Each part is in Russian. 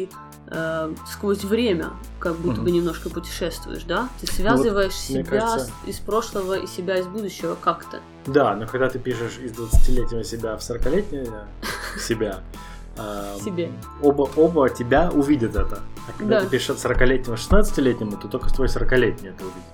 ты сквозь время как будто бы немножко путешествуешь, да? Ты связываешь себя кажется... из прошлого и себя из будущего как-то. Да, но когда ты пишешь из 20-летнего себя в 40-летнего себя, себе. Оба тебя увидят это. А когда ты пишешь от 40-летнего 16-летнему, то только твой 40-летний это увидит.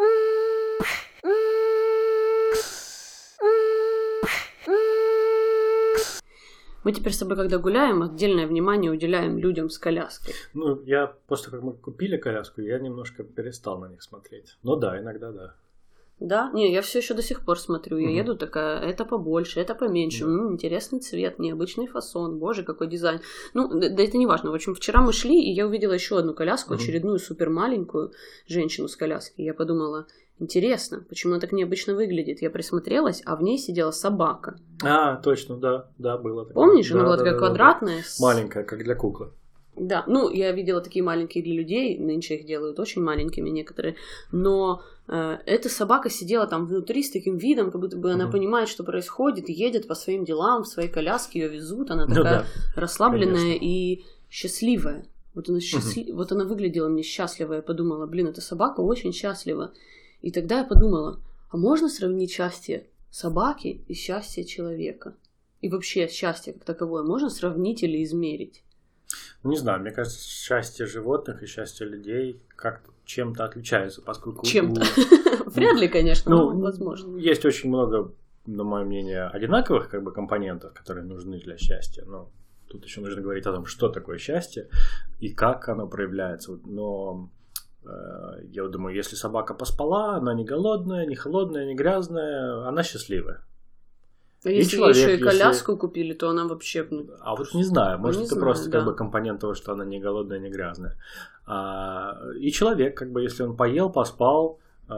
Мы теперь с тобой, когда гуляем, отдельное внимание уделяем людям с коляской. Ну, я после того, как мы купили коляску, я немножко перестал на них смотреть. Ну да, иногда да. Да? Не, я все еще до сих пор смотрю. Я еду такая, это побольше, это поменьше. Интересный цвет, необычный фасон. Боже, какой дизайн. Ну, да это не важно. В общем, вчера мы шли, и я увидела еще одну коляску, очередную супер маленькую женщину с коляской. Я подумала, интересно, почему она так необычно выглядит. Я присмотрелась, а в ней сидела собака. А, точно, да, было такое. Помнишь, да, она была такая квадратная. Маленькая, как для куклы. Да, ну, я видела такие маленькие для людей, нынче их делают очень маленькими некоторые, но эта собака сидела там внутри с таким видом, как будто бы она понимает, что происходит, едет по своим делам, в своей коляске, ее везут, она такая расслабленная и счастливая. Вот она, вот она выглядела мне счастливая, я подумала, блин, эта собака очень счастлива. И тогда я подумала, а можно сравнить счастье собаки и счастье человека? И вообще счастье как таковое можно сравнить или измерить? Не знаю, мне кажется, счастье животных и счастье людей как-то чем-то отличаются, поскольку... Чем-то? Вряд ли, конечно, но возможно. Есть очень много, на мое мнение, одинаковых как бы компонентов, которые нужны для счастья. Но тут еще нужно говорить о том, что такое счастье и как оно проявляется. Но я думаю, если собака поспала, она не голодная, не холодная, не грязная, она счастливая. А если человек, еще и коляску купили, то она вообще... А вот не знаю, может, это просто да. как бы компонент того, что она не голодная, не грязная. И человек, как бы, если он поел, поспал...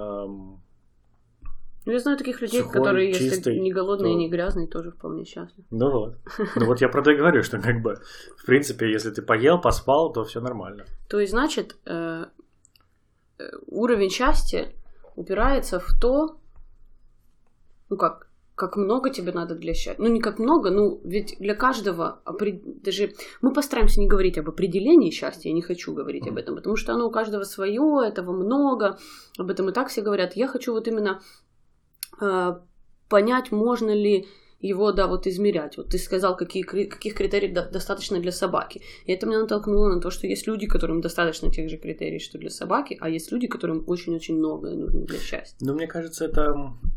Я знаю таких людей, сухой, которые, если чистый, не голодные и не грязные, тоже вполне счастливы. Ну вот я про то и говорю, что как бы, в принципе, если ты поел, поспал, то все нормально. То есть, значит, уровень счастья упирается в то, ну как много тебе надо для счастья. Ну, не как много, ну, ведь для каждого, даже мы постараемся не говорить об определении счастья, я не хочу говорить об этом, потому что оно у каждого свое, этого много, об этом и так все говорят. Я хочу вот именно понять, можно ли его, да, вот измерять. Вот ты сказал, каких критериев достаточно для собаки. И это меня натолкнуло на то, что есть люди, которым достаточно тех же критерий, что для собаки, а есть люди, которым очень-очень многое нужно для счастья. Ну, мне кажется, это...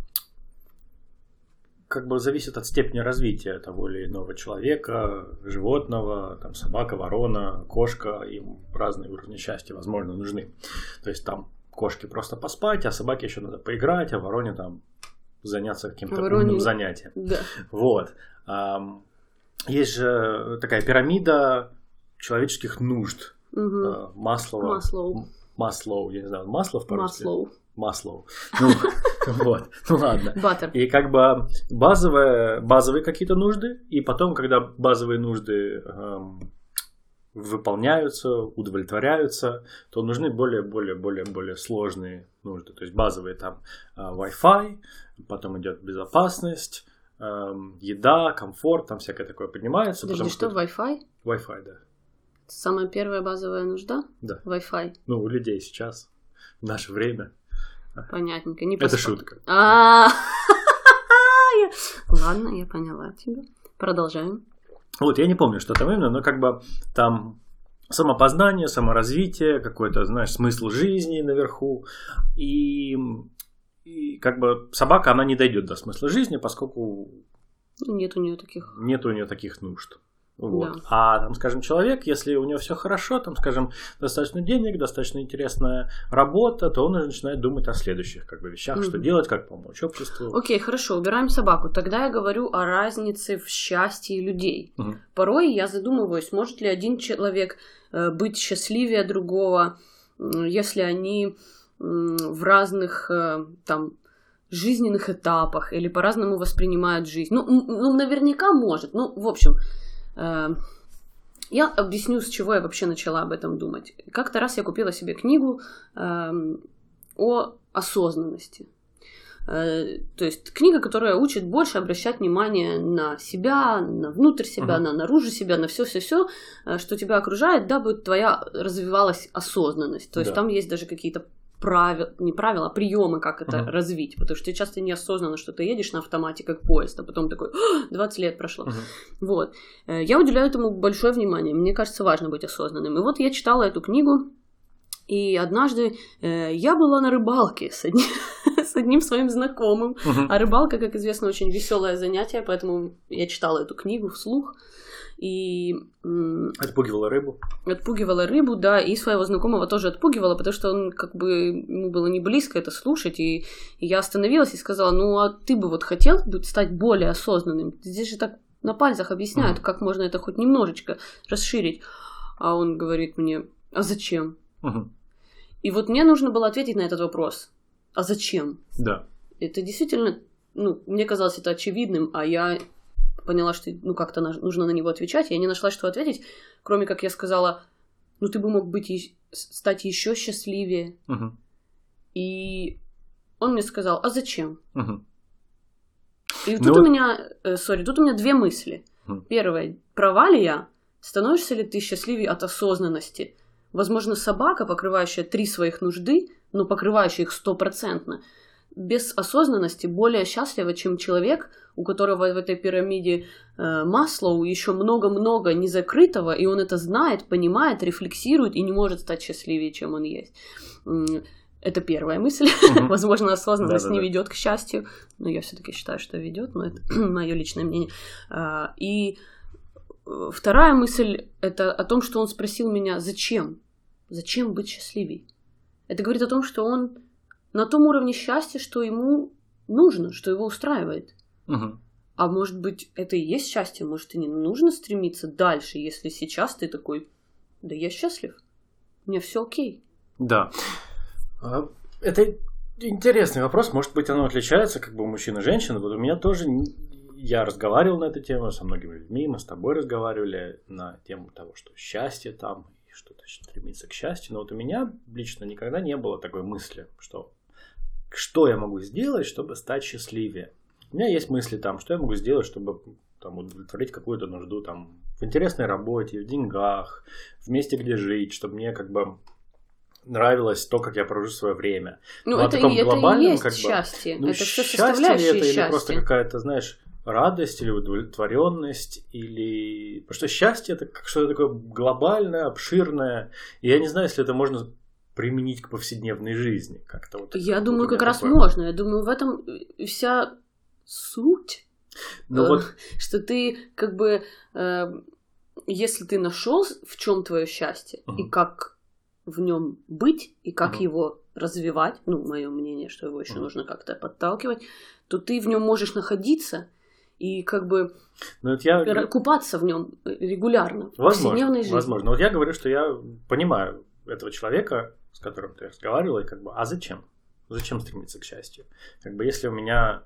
как бы зависит от степени развития того или иного человека, животного, там собака, ворона, кошка, им разные уровни счастья, возможно, нужны. То есть там кошке просто поспать, а собаке еще надо поиграть, а вороне там заняться каким-то умным занятием. Да. Вот. Есть же такая пирамида человеческих нужд. Маслоу, я не знаю, Маслов по-русски? Маслоу. Ну, вот, ну ладно. Баттер. И как бы базовые какие-то нужды, и потом, когда базовые нужды выполняются, удовлетворяются, то нужны более сложные нужды. То есть базовые там Wi-Fi, потом идет безопасность, еда, комфорт, там всякое такое поднимается. Подожди, что, Wi-Fi? Wi-Fi, да. Самая первая базовая нужда? Да. Wi-Fi. Ну, у людей сейчас, в наше время. Понятненько. Это шутка. Ладно, я поняла тебя. Продолжаем. Вот, я не помню, что там именно, но как бы там самопознание, саморазвитие, какой-то, знаешь, смысл жизни наверху. И как бы собака, она не дойдет до смысла жизни, поскольку нет у нее таких нужд. Вот. Да. А там, скажем, человек, если у него все хорошо, там, скажем, достаточно денег, достаточно интересная работа, то он уже начинает думать о следующих как бы вещах, что делать, как помочь обществу. Окей, хорошо, убираем собаку. Тогда я говорю о разнице в счастье людей. Порой я задумываюсь, может ли один человек быть счастливее другого, если они в разных там жизненных этапах или по-разному воспринимают жизнь. Ну, наверняка может. Ну, в общем... Я объясню, с чего я вообще начала об этом думать. Как-то раз я купила себе книгу о осознанности. То есть книга, которая учит больше обращать внимание на себя, на внутрь себя, на наружу себя, на все-все-все, что тебя окружает, дабы твоя развивалась осознанность. То есть там есть даже какие-то не правила, а приемы, как это развить. Потому что ты часто неосознанно что-то едешь на автомате, как поезд, а потом такой, 20 лет прошло. Вот. Я уделяю этому большое внимание. Мне кажется, важно быть осознанным. И вот я читала эту книгу, и однажды я была на рыбалке с одним своим знакомым. А рыбалка, как известно, очень веселое занятие, поэтому я читала эту книгу вслух. И отпугивала рыбу? Отпугивала рыбу, да, и своего знакомого тоже отпугивала, потому что он ему было не близко это слушать, и я остановилась и сказала, ну, а ты бы вот хотел стать более осознанным? Здесь же так на пальцах объясняют, как можно это хоть немножечко расширить. А он говорит мне, а зачем? И вот мне нужно было ответить на этот вопрос. А зачем? Да. Это действительно, мне казалось это очевидным, а я поняла, что как-то нужно на него отвечать. Я не нашла, что ответить, кроме как я сказала, ты бы мог стать еще счастливее. И он мне сказал, а зачем? И тут у меня две мысли. Первая, права ли я? Становишься ли ты счастливее от осознанности? Возможно, собака, покрывающая 3 своих нужды, но покрывающая их 100%, без осознанности более счастлива, чем человек, у которого в этой пирамиде Маслоу еще много-много незакрытого, и он это знает, понимает, рефлексирует и не может стать счастливее, чем он есть. Это первая мысль. Возможно, осознанность не ведет к счастью, но я все-таки считаю, что ведет, но это мое личное мнение. И вторая мысль – это о том, что он спросил меня, зачем? Зачем быть счастливей? Это говорит о том, что он на том уровне счастья, что ему нужно, что его устраивает. А может быть, это и есть счастье? Может, и не нужно стремиться дальше, если сейчас ты такой, да я счастлив, у меня все окей. Да. Это интересный вопрос. Может быть, оно отличается как бы у мужчин и женщин. Вот у меня тоже... Я разговаривал на эту тему со многими людьми, мы с тобой разговаривали на тему того, что счастье там, и что-то стремится к счастью. Но вот у меня лично никогда не было такой мысли, что я могу сделать, чтобы стать счастливее. У меня есть мысли там, что я могу сделать, чтобы удовлетворить какую-то нужду там, в интересной работе, в деньгах, в месте, где жить, чтобы мне как бы нравилось то, как я провожу свое время. Это и есть счастье. Это все составляющие это счастья. Или просто какая-то, знаешь, радость или удовлетворенность, или... Потому что счастье это что-то такое глобальное, обширное. И я не знаю, если это можно применить к повседневной жизни. Как-то вот. Я думаю, как раз можно. Я думаю, в этом вся суть. Что ты как бы... Если ты нашел, в чем твое счастье, и как в нем быть, и как его развивать, мое мнение, что его еще нужно как-то подталкивать, то ты в нем можешь находиться и как бы купаться в нем регулярно, в повседневной жизни. Возможно. Вот я говорю, что я понимаю этого человека, с которым ты разговаривала, и как бы, а зачем? Зачем стремиться к счастью? Как бы, если у меня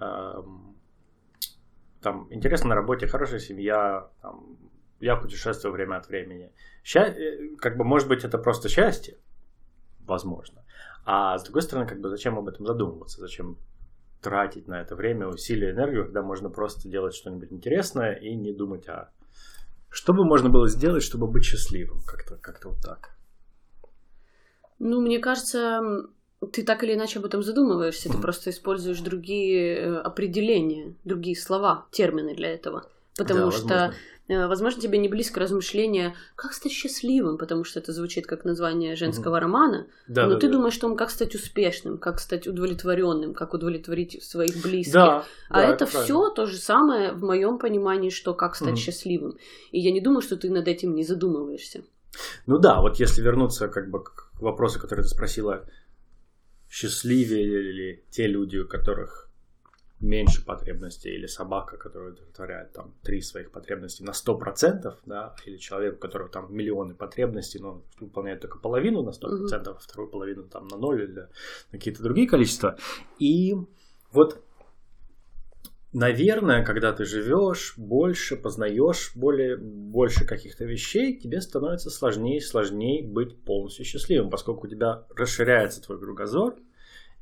там интересно на работе, хорошая семья, там, я путешествую время от времени. Как бы, может быть, это просто счастье? Возможно. А с другой стороны, как бы, зачем об этом задумываться? Зачем тратить на это время, усилия, энергию, когда можно просто делать что-нибудь интересное и не думать, что бы можно было сделать, чтобы быть счастливым? Как-то вот так. Мне кажется, ты так или иначе об этом задумываешься. Ты просто используешь другие определения, другие слова, термины для этого. Потому что, возможно, тебе не близко размышление, как стать счастливым, потому что это звучит как название женского романа, но ты думаешь о том, как стать успешным, как стать удовлетворенным, как удовлетворить своих близких. Это все то же самое в моем понимании, что как стать счастливым. И я не думаю, что ты над этим не задумываешься. Вот если вернуться как бы к вопросу, который ты спросила, счастливее ли те люди, у которых меньше потребностей, или собака, которая удовлетворяет там 3 своих потребностей на 100%, да, или человек, у которого там миллионы потребностей, но выполняет только половину на 100%, а вторую половину там на 0 или на какие-то другие количества. И вот, наверное, когда ты живешь, больше познаешь, больше каких-то вещей, тебе становится сложнее и сложнее быть полностью счастливым, поскольку у тебя расширяется твой кругозор,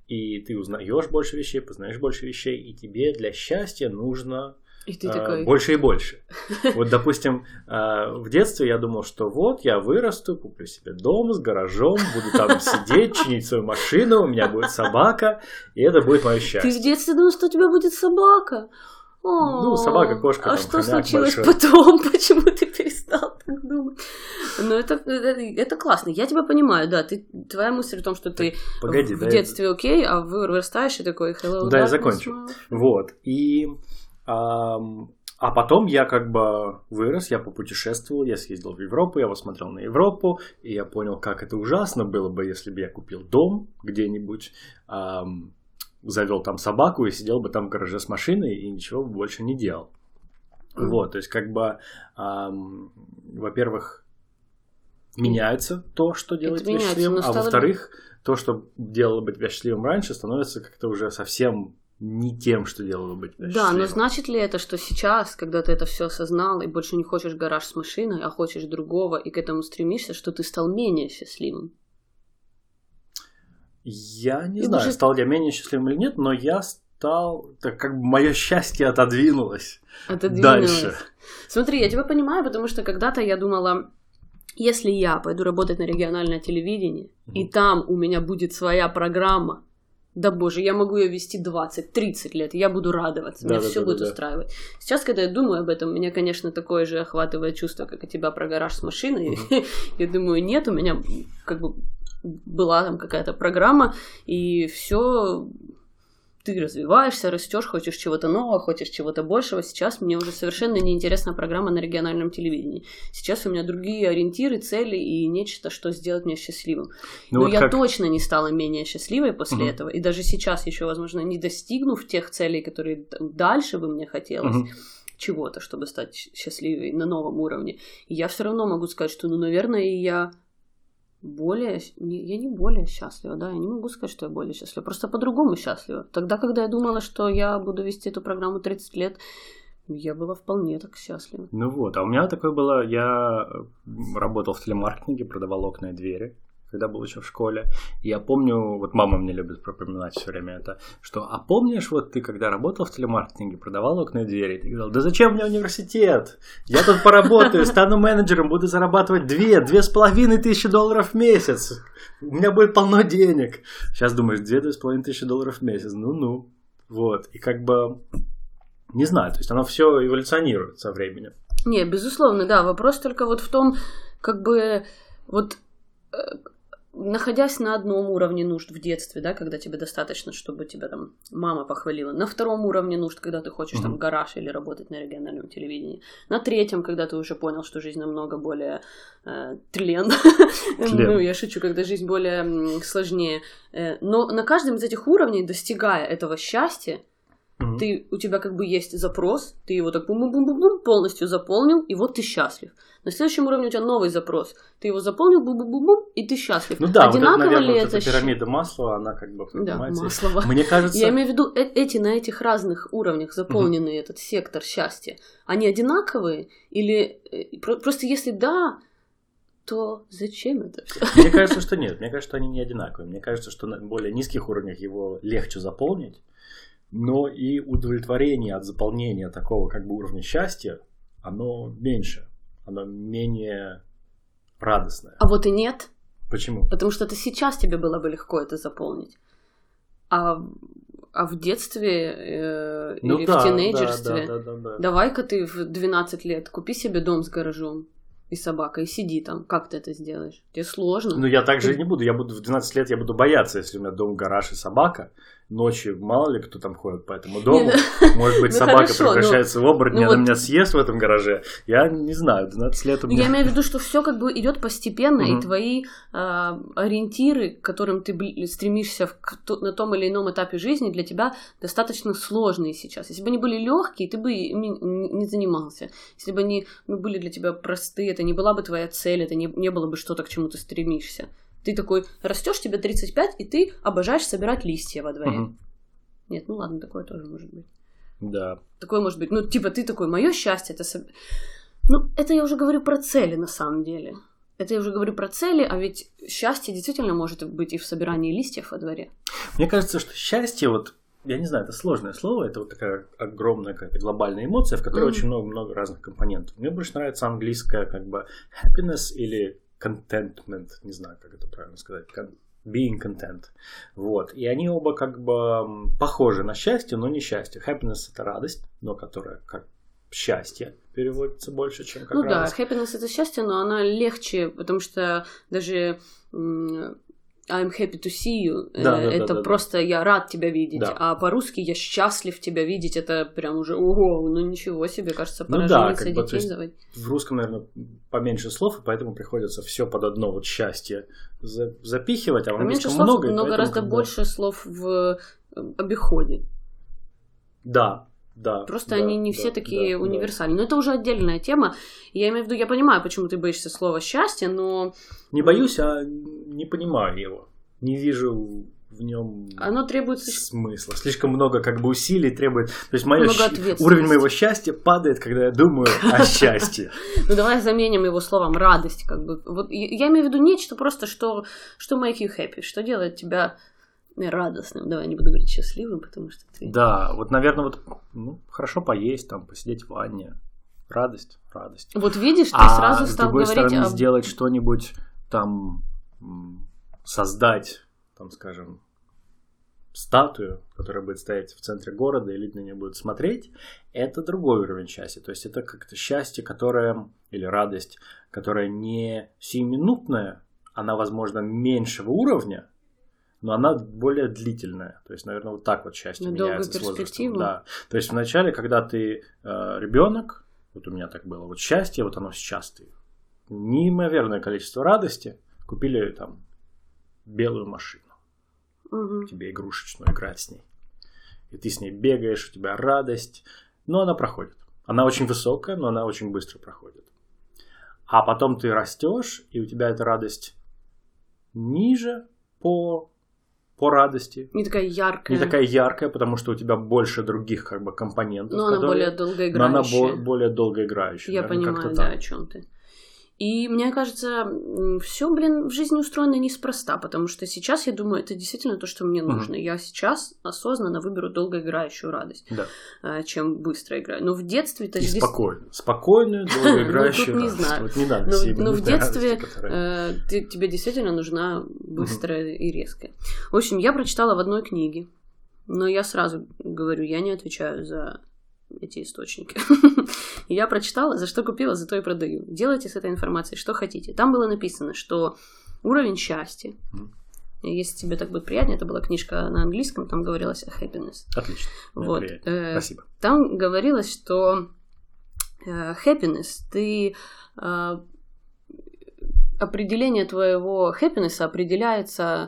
и ты узнаешь больше вещей, познаешь больше вещей, и тебе для счастья нужно и ты такой... больше и больше. Вот, допустим, в детстве я думал, что вот я вырасту, куплю себе дом с гаражом, буду там сидеть, чинить свою машину, у меня будет собака, и это будет мое счастье. Ты в детстве думал, что у тебя будет собака? Ну, собака, кошка, а там, что случилось большой. потом? Почему ты перестал так думать? Ну, это классно. Я тебя понимаю, да. Твоя мысль в том, что ты в детстве окей, а вырастаешь и такой hello. Да, я закончу. Вот. И... А потом я как бы вырос, я попутешествовал, я съездил в Европу, я посмотрел на Европу, и я понял, как это ужасно было бы, если бы я купил дом где-нибудь, завел там собаку и сидел бы там в гараже с машиной и ничего больше не делал. Вот, то есть как бы, во-первых, меняется то, что делает тебя счастливым, а во-вторых, то, что делало бы тебя счастливым раньше, становится как-то уже совсем не тем, что делало бы тебя счастливым. Да, но значит ли это, что сейчас, когда ты это все осознал и больше не хочешь гараж с машиной, а хочешь другого и к этому стремишься, что ты стал менее счастливым? Я не знаю, стал я менее счастливым или нет, но я стал, так как бы мое счастье отодвинулось дальше. Смотри, я тебя понимаю, потому что когда-то я думала, если я пойду работать на региональное телевидение, и там у меня будет своя программа, да боже, я могу ее вести 20-30 лет, я буду радоваться, меня все будет устраивать. Сейчас, когда я думаю об этом, меня, конечно, такое же охватывает чувство, как и тебя про гараж с машиной. Я думаю, нет, у меня как бы была там какая-то программа, и все, ты развиваешься, растешь, хочешь чего-то нового, хочешь чего-то большего. Сейчас мне уже совершенно неинтересна программа на региональном телевидении. Сейчас у меня другие ориентиры, цели и нечто, что сделать меня счастливым. Но вот я точно не стала менее счастливой после этого. И даже сейчас еще, возможно, не достигнув тех целей, которые дальше бы мне хотелось, чего-то, чтобы стать счастливой на новом уровне. И я все равно могу сказать, что, наверное, я не более счастлива, да, я не могу сказать, что я более счастлива, просто по-другому счастлива. Тогда, когда я думала, что я буду вести эту программу 30 лет, я была вполне так счастлива. Ну вот, а у меня такое было, я работал в телемаркетинге, продавал окна и двери, когда был еще в школе. И я помню, вот мама мне любит пропоминать все время это, что, а помнишь, вот ты когда работал в телемаркетинге, продавал окна и двери, ты говорил, да зачем мне университет? Я тут поработаю, стану менеджером, буду зарабатывать $2,500 в месяц. У меня будет полно денег. Сейчас думаешь, $2,500 в месяц, ну-ну. Вот, и как бы, не знаю, то есть оно все эволюционирует со временем. Не, безусловно, да, вопрос только вот в том, как бы, вот, находясь на одном уровне нужд в детстве, да, когда тебе достаточно, чтобы тебя там мама похвалила, на втором уровне нужд, когда ты хочешь там гараж или работать на региональном телевидении, на третьем, когда ты уже понял, что жизнь намного более тлен. Ну, я шучу, когда жизнь более сложнее. Но на каждом из этих уровней, достигая этого счастья, у тебя как бы есть запрос, ты его так бум-бум-бум-бум полностью заполнил, и вот ты счастлив. На следующем уровне у тебя новый запрос. Ты его заполнил, бум-бум-бум-бум, и ты счастлив. Ну да, одинаково вот это, наверное, вот эта пирамида Маслова, она как бы, понимаете? Да, Маслова. Мне кажется... Я имею в виду, на этих разных уровнях заполненный этот сектор счастья, они одинаковые? Или просто если да, то зачем это все? Мне кажется, что нет. Мне кажется, что они не одинаковые. Мне кажется, что на более низких уровнях его легче заполнить, но и удовлетворение от заполнения такого как бы уровня счастья, оно меньше, оно менее радостное. А вот и нет. Почему? Потому что это сейчас тебе было бы легко это заполнить. А в детстве или в тинейджерстве, давай-ка ты в 12 лет купи себе дом с гаражом и собакой, и сиди там. Как ты это сделаешь? Тебе сложно. Ну, я так же не буду. В 12 лет я буду бояться, если у меня дом, гараж и собака. Ночью мало ли кто там ходит по этому дому. Может быть, собака превращается в оборотня, она меня съест в этом гараже. Я не знаю, 12 лет у меня... Я имею в виду, что все как бы идет постепенно, и твои ориентиры, к которым ты стремишься на том или ином этапе жизни, для тебя достаточно сложные сейчас. Если бы они были легкие, ты бы не занимался. Если бы они были для тебя простые, это не была бы твоя цель, это не было бы что-то, к чему ты стремишься. Ты такой, растешь, тебе 35, и ты обожаешь собирать листья во дворе. Нет, ну ладно, такое тоже может быть. Да. Такое может быть. Ну, типа, ты такой, мое счастье, это... Ну, это я уже говорю про цели, на самом деле. Это я уже говорю про цели, а ведь счастье действительно может быть и в собирании листьев во дворе. Мне кажется, что счастье, вот, я не знаю, это сложное слово, это вот такая огромная какая-то глобальная эмоция, в которой очень много разных компонентов. Мне больше нравится английское как бы happiness или contentment, не знаю, как это правильно сказать, being content. Вот. И они оба как бы похожи на счастье, но не счастье. Happiness — это радость, но которая как счастье переводится больше, чем как радость. Да, happiness — это счастье, но она легче, потому что даже I'm happy to see you, это просто я рад тебя видеть, а по-русски я счастлив тебя видеть, это прям уже ого, ну ничего себе, кажется, пора жениться и детей заводить. В русском, наверное, поменьше слов, и поэтому приходится все под одно вот счастье запихивать, а в английском много. Но гораздо больше слов в обиходе. Да. Просто они не все такие универсальные. Но это уже отдельная тема. Я имею в виду, я понимаю, почему ты боишься слова счастье, но... Не боюсь, а не понимаю его. Не вижу в нем оно требует смысла. Слишком много как бы усилий требует. То есть уровень моего счастья падает, когда я думаю о счастье. Ну давай заменим его словом радость. Как бы. Вот я имею в виду нечто просто, что make you happy, что делает тебя... радостным. Давай не буду говорить счастливым, потому что ты... Да, вот, наверное, хорошо поесть, там, посидеть в ванне. Радость. Вот видишь, ты сразу стал говорить... с другой стороны, сделать что-нибудь, там, создать, там, скажем, статую, которая будет стоять в центре города, и люди на нее будут смотреть, это другой уровень счастья. То есть это как-то счастье, которое, или радость, которая не сиюминутная, она, возможно, меньшего уровня, но она более длительная. То есть, наверное, вот так вот счастье меняется с возрастом. Да. То есть, вначале, когда ты ребенок, вот у меня так было, вот счастье, вот оно сейчас ты. Неимоверное количество радости. Купили там белую машину. Тебе игрушечную, играть с ней. И ты с ней бегаешь, у тебя радость. Но она проходит. Она очень высокая, но она очень быстро проходит. А потом ты растешь, и у тебя эта радость ниже по радости. Не такая яркая, потому что у тебя больше других как бы компонентов. Но она более долгоиграющая. Но она более долгоиграющая. Я понимаю, да, о чем ты. И мне кажется, все, в жизни устроено неспроста, потому что сейчас, я думаю, это действительно то, что мне нужно. Я сейчас осознанно выберу долгоиграющую радость, чем быстро играю. Но в детстве... И спокойную, долгоиграющую радость. Не знаю. Вот не надо но в детстве тебе действительно нужна быстрая и резкая. В общем, я прочитала в одной книге, но я сразу говорю, я не отвечаю за... эти источники. Я прочитала, за что купила, за то и продаю. Делайте с этой информацией что хотите. Там было написано, что уровень счастья, если тебе так будет приятнее, это была книжка на английском, там говорилось о happiness. Отлично. Вот. Спасибо. Там говорилось, что happiness, определение твоего happiness определяется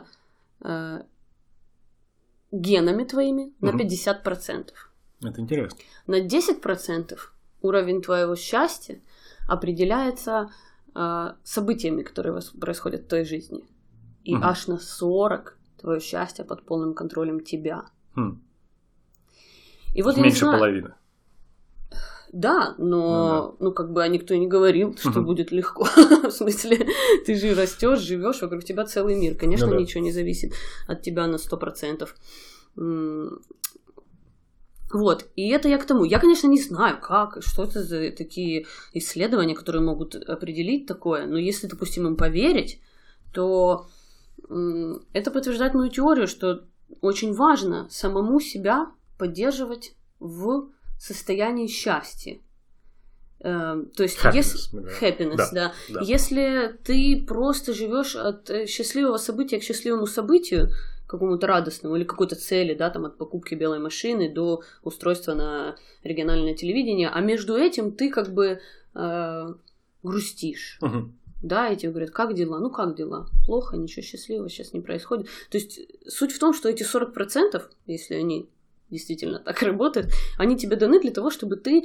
генами твоими на 50%. Это интересно. На 10% уровень твоего счастья определяется событиями, которые происходят в твоей жизни. И аж на 40% твое счастье под полным контролем тебя. И вот меньше половины. Да, но как бы никто и не говорил, что будет легко. В смысле, ты же растешь, живешь, вокруг тебя целый мир. Конечно, ничего не зависит от тебя на 100%. Вот, и это я к тому. Я, конечно, не знаю, что это за такие исследования, которые могут определить такое, но если, допустим, им поверить, то это подтверждает мою теорию, что очень важно самому себя поддерживать в состоянии счастья. То есть happiness, да. Если ты просто живешь от счастливого события к счастливому событию, какому-то радостному или какой-то цели, да, там от покупки белой машины до устройства на региональное телевидение, а между этим ты как бы грустишь. Да, и тебе говорят, как дела? Ну, как дела? Плохо, ничего счастливого сейчас не происходит. То есть суть в том, что эти 40%, если они действительно так работают, они тебе даны для того, чтобы ты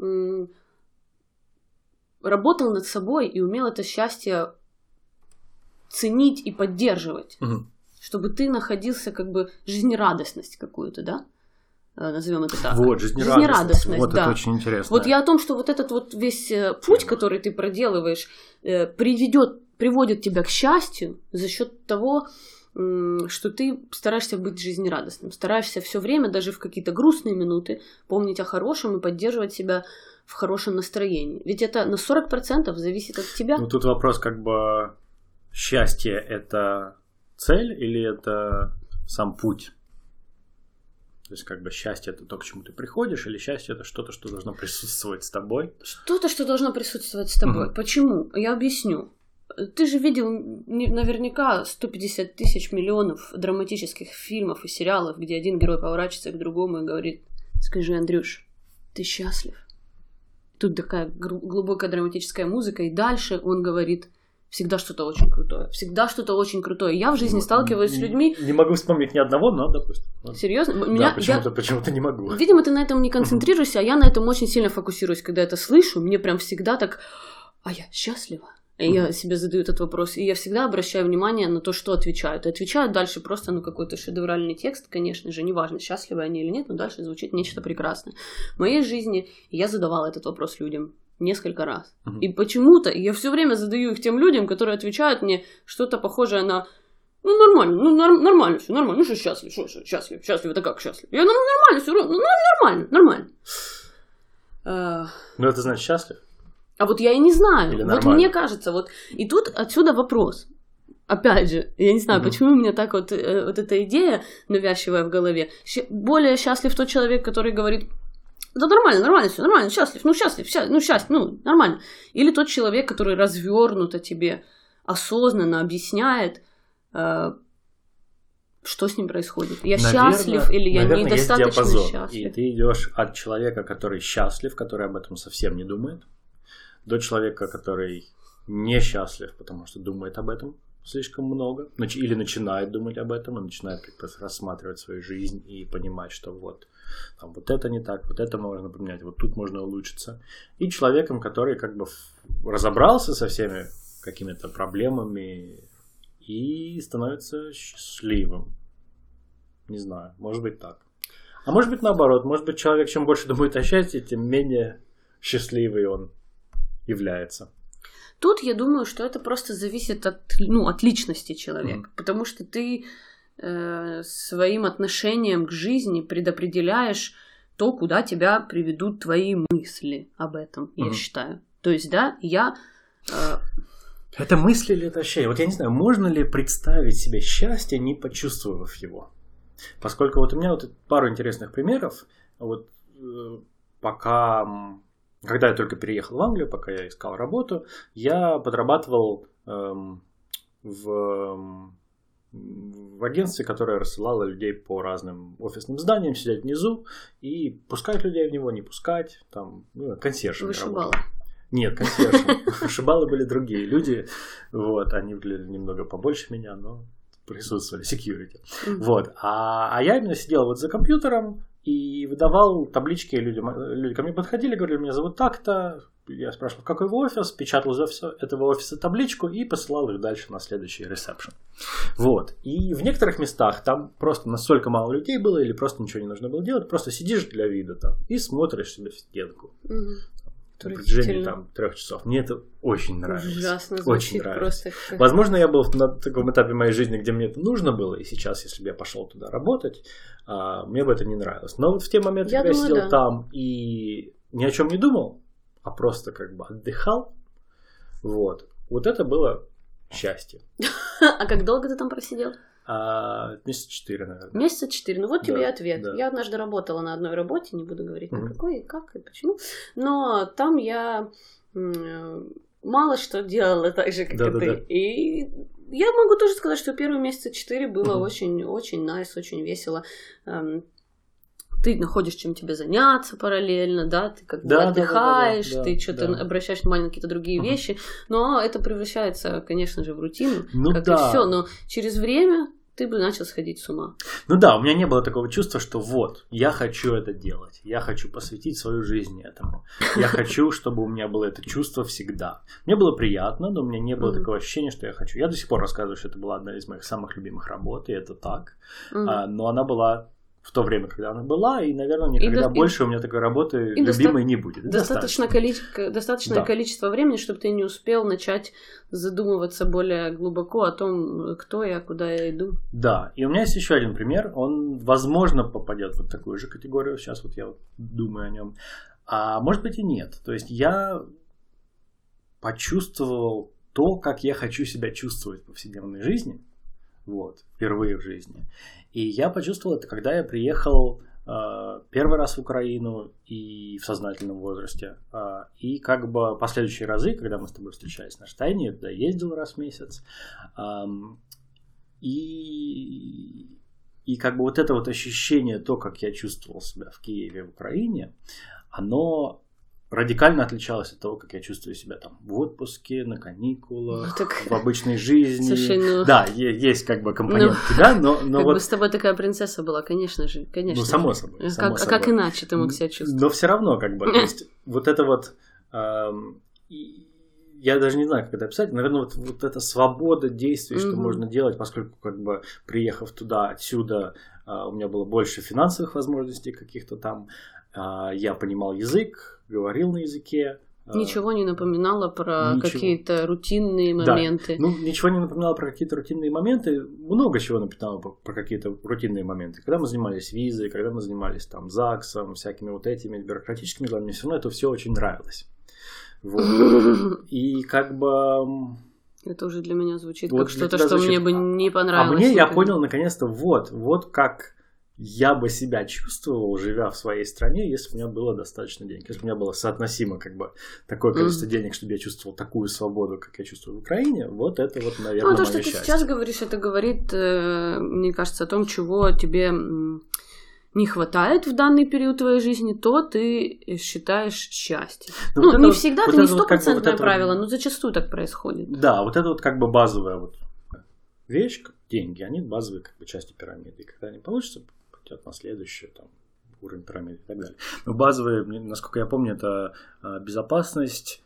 работал над собой и умел это счастье ценить и поддерживать. Чтобы ты находился как бы жизнерадостность какую-то, да? Назовем это так. Вот, жизнерадостность. Вот да. Это очень интересно. Вот я о том, что вот этот вот весь путь, который ты проделываешь, приведет приводит тебя к счастью за счет того, что ты стараешься быть жизнерадостным, стараешься все время, даже в какие-то грустные минуты, помнить о хорошем и поддерживать себя в хорошем настроении. Ведь это на 40% зависит от тебя. Ну, тут вопрос, как бы, счастье – это цель или это сам путь? То есть, как бы, счастье – это то, к чему ты приходишь, или счастье – это что-то, что должно присутствовать с тобой? Что-то, что должно присутствовать с тобой. Почему? Я объясню. Ты же видел наверняка 150 тысяч миллионов драматических фильмов и сериалов, где один герой поворачивается к другому и говорит: скажи, Андрюш, ты счастлив? Тут такая глубокая драматическая музыка, и дальше он говорит: всегда что-то очень крутое. Всегда что-то очень крутое. Я в жизни сталкиваюсь с людьми... Не могу вспомнить ни одного, но, допустим. Серьезно? Да, почему-то не могу. Видимо, ты на этом не концентрируешься, а я на этом очень сильно фокусируюсь. Когда это слышу, мне прям всегда так: а я счастлива? И я себе задаю этот вопрос, и я всегда обращаю внимание на то, что отвечают. И отвечают дальше просто, какой-то шедевральный текст, конечно же, неважно, счастливы они или нет, но дальше звучит нечто прекрасное. В моей жизни я задавала этот вопрос людям несколько раз. И почему-то я все время задаю их тем людям, которые отвечают мне что-то похожее на: нормально все, нормально, что счастлив, счастлив, это как счастлив? Я нормально все, нормально. Ну, это значит счастлив? А вот я и не знаю. Вот мне кажется, и тут отсюда вопрос. Опять же, я не знаю, почему у меня так вот эта идея навязчивая в голове. Более счастлив тот человек, который говорит: да нормально, все нормально, счастлив, нормально. Или тот человек, который развернуто тебе осознанно объясняет, что с ним происходит. Я счастлив или я недостаточно счастлив. И ты идешь от человека, который счастлив, который об этом совсем не думает, до человека, который несчастлив, потому что думает об этом слишком много, или начинает думать об этом, и начинает как-то рассматривать свою жизнь и понимать, что вот это не так, вот это можно поменять, вот тут можно улучшиться. И человеком, который как бы разобрался со всеми какими-то проблемами и становится счастливым. Не знаю, может быть так. А может быть наоборот, может быть человек, чем больше думает о счастье, тем менее счастливый он является. Тут я думаю, что это просто зависит от личности человека, потому что ты своим отношением к жизни предопределяешь то, куда тебя приведут твои мысли об этом, я считаю. То есть, да, Это мысли или это ощущение? Вот я не знаю, можно ли представить себе счастье, не почувствовав его? Поскольку вот у меня вот пару интересных примеров. Вот когда я только переехал в Англию, пока я искал работу, я подрабатывал в агентстве, которое рассылало людей по разным офисным зданиям, сидеть внизу и пускать людей в него, не пускать, там, консьержами работал. Нет, консьержем. Вышибалы были другие люди, вот, они выглядели немного побольше меня, но присутствовали, security. Вот, а я именно сидел вот за компьютером и выдавал таблички людям. Люди ко мне подходили, говорили: меня зовут так-то. Я спрашивал, какой вы офис, печатал из этого офиса табличку и посылал их дальше на следующий ресепшн. Вот. И в некоторых местах там просто настолько мало людей было, или просто ничего не нужно было делать, просто сидишь для вида там и смотришь себе в стенку. На протяжении 3 часов. Мне это очень нравится. Ужасно звучит. Очень нравится. Возможно, я был на таком этапе моей жизни, где мне это нужно было, и сейчас, если бы я пошел туда работать, мне бы это не нравилось. Но вот в те моменты, когда я сидел там и ни о чем не думал, а просто как бы отдыхал, вот это было счастье. А как долго ты там просидел? Месяца 4, наверное. Месяца 4. Ну вот тебе и ответ. Да. Я однажды работала на одной работе, не буду говорить на какой, и как, и почему. Но там я мало что делала так же, как и ты. Да. И я могу тоже сказать, что первые месяца 4 было очень найс, очень весело. Ты находишь, чем тебе заняться параллельно, да, ты как бы отдыхаешь, ты что-то обращаешь внимание на какие-то другие вещи, но это превращается, конечно же, в рутину, как и все, но через время ты бы начал сходить с ума. Ну да, у меня не было такого чувства, что вот, я хочу это делать, я хочу посвятить свою жизнь этому, я хочу, чтобы у меня было это чувство всегда. Мне было приятно, но у меня не было такого ощущения, что я хочу. Я до сих пор рассказываю, что это была одна из моих самых любимых работ, и это так, но она была в то время, когда она была, и, наверное, никогда больше у меня такой работы любимой не будет. Достаточное количество времени, чтобы ты не успел начать задумываться более глубоко о том, кто я, куда я иду. Да, и у меня есть еще один пример, он, возможно, попадет в вот такую же категорию, сейчас вот я думаю о нем, а может быть и нет. То есть я почувствовал то, как я хочу себя чувствовать в повседневной жизни, вот, впервые в жизни. И я почувствовал это, когда я приехал первый раз в Украину и в сознательном возрасте. И как бы последующие разы, когда мы с тобой встречались на Штайне, я туда ездил раз в месяц. И как бы вот это вот ощущение, то, как я чувствовал себя в Киеве, в Украине, оно радикально отличалось от того, как я чувствую себя там в отпуске, на каникулах, в обычной жизни. Слушай, да, есть как бы компонент тебя, но как вот... бы с тобой такая принцесса была, конечно же. Ну, само собой. Как иначе ты мог себя чувствовать? Но все равно, как бы, то есть, вот это вот... Я даже не знаю, как это описать. Наверное, вот эта свобода действий, что можно делать, поскольку, как бы, приехав туда, отсюда, у меня было больше финансовых возможностей каких-то там. Я понимал язык, говорил на языке. Ничего не напоминало про какие-то рутинные моменты. Да. Ну, ничего не напоминало про какие-то рутинные моменты. Много чего напоминало про какие-то рутинные моменты. Когда мы занимались визой, когда мы занимались там ЗАГСом, всякими вот этими бюрократическими делами, мне все равно это все очень нравилось. Вот. И как бы... Это уже для меня звучит как что-то, что мне бы не понравилось. А мне, я понял, наконец-то, вот как я бы себя чувствовал, живя в своей стране, если бы у меня было достаточно денег. Если бы у меня было соотносимо как бы такое количество денег, чтобы я чувствовал такую свободу, как я чувствую в Украине, вот это вот, наверное, то, мое что счастье. ты сейчас говоришь, это говорит, мне кажется, о том, чего тебе не хватает в данный период твоей жизни, то ты считаешь счастьем. Ну, не всегда, это не стопроцентное правило, но зачастую так происходит. Да, вот это вот как бы базовая вот вещь, как деньги, они базовые как бы части пирамиды. И когда они получатся, пойдет на следующий там, уровень пирамиды и так далее. Но базовые, насколько я помню, это безопасность.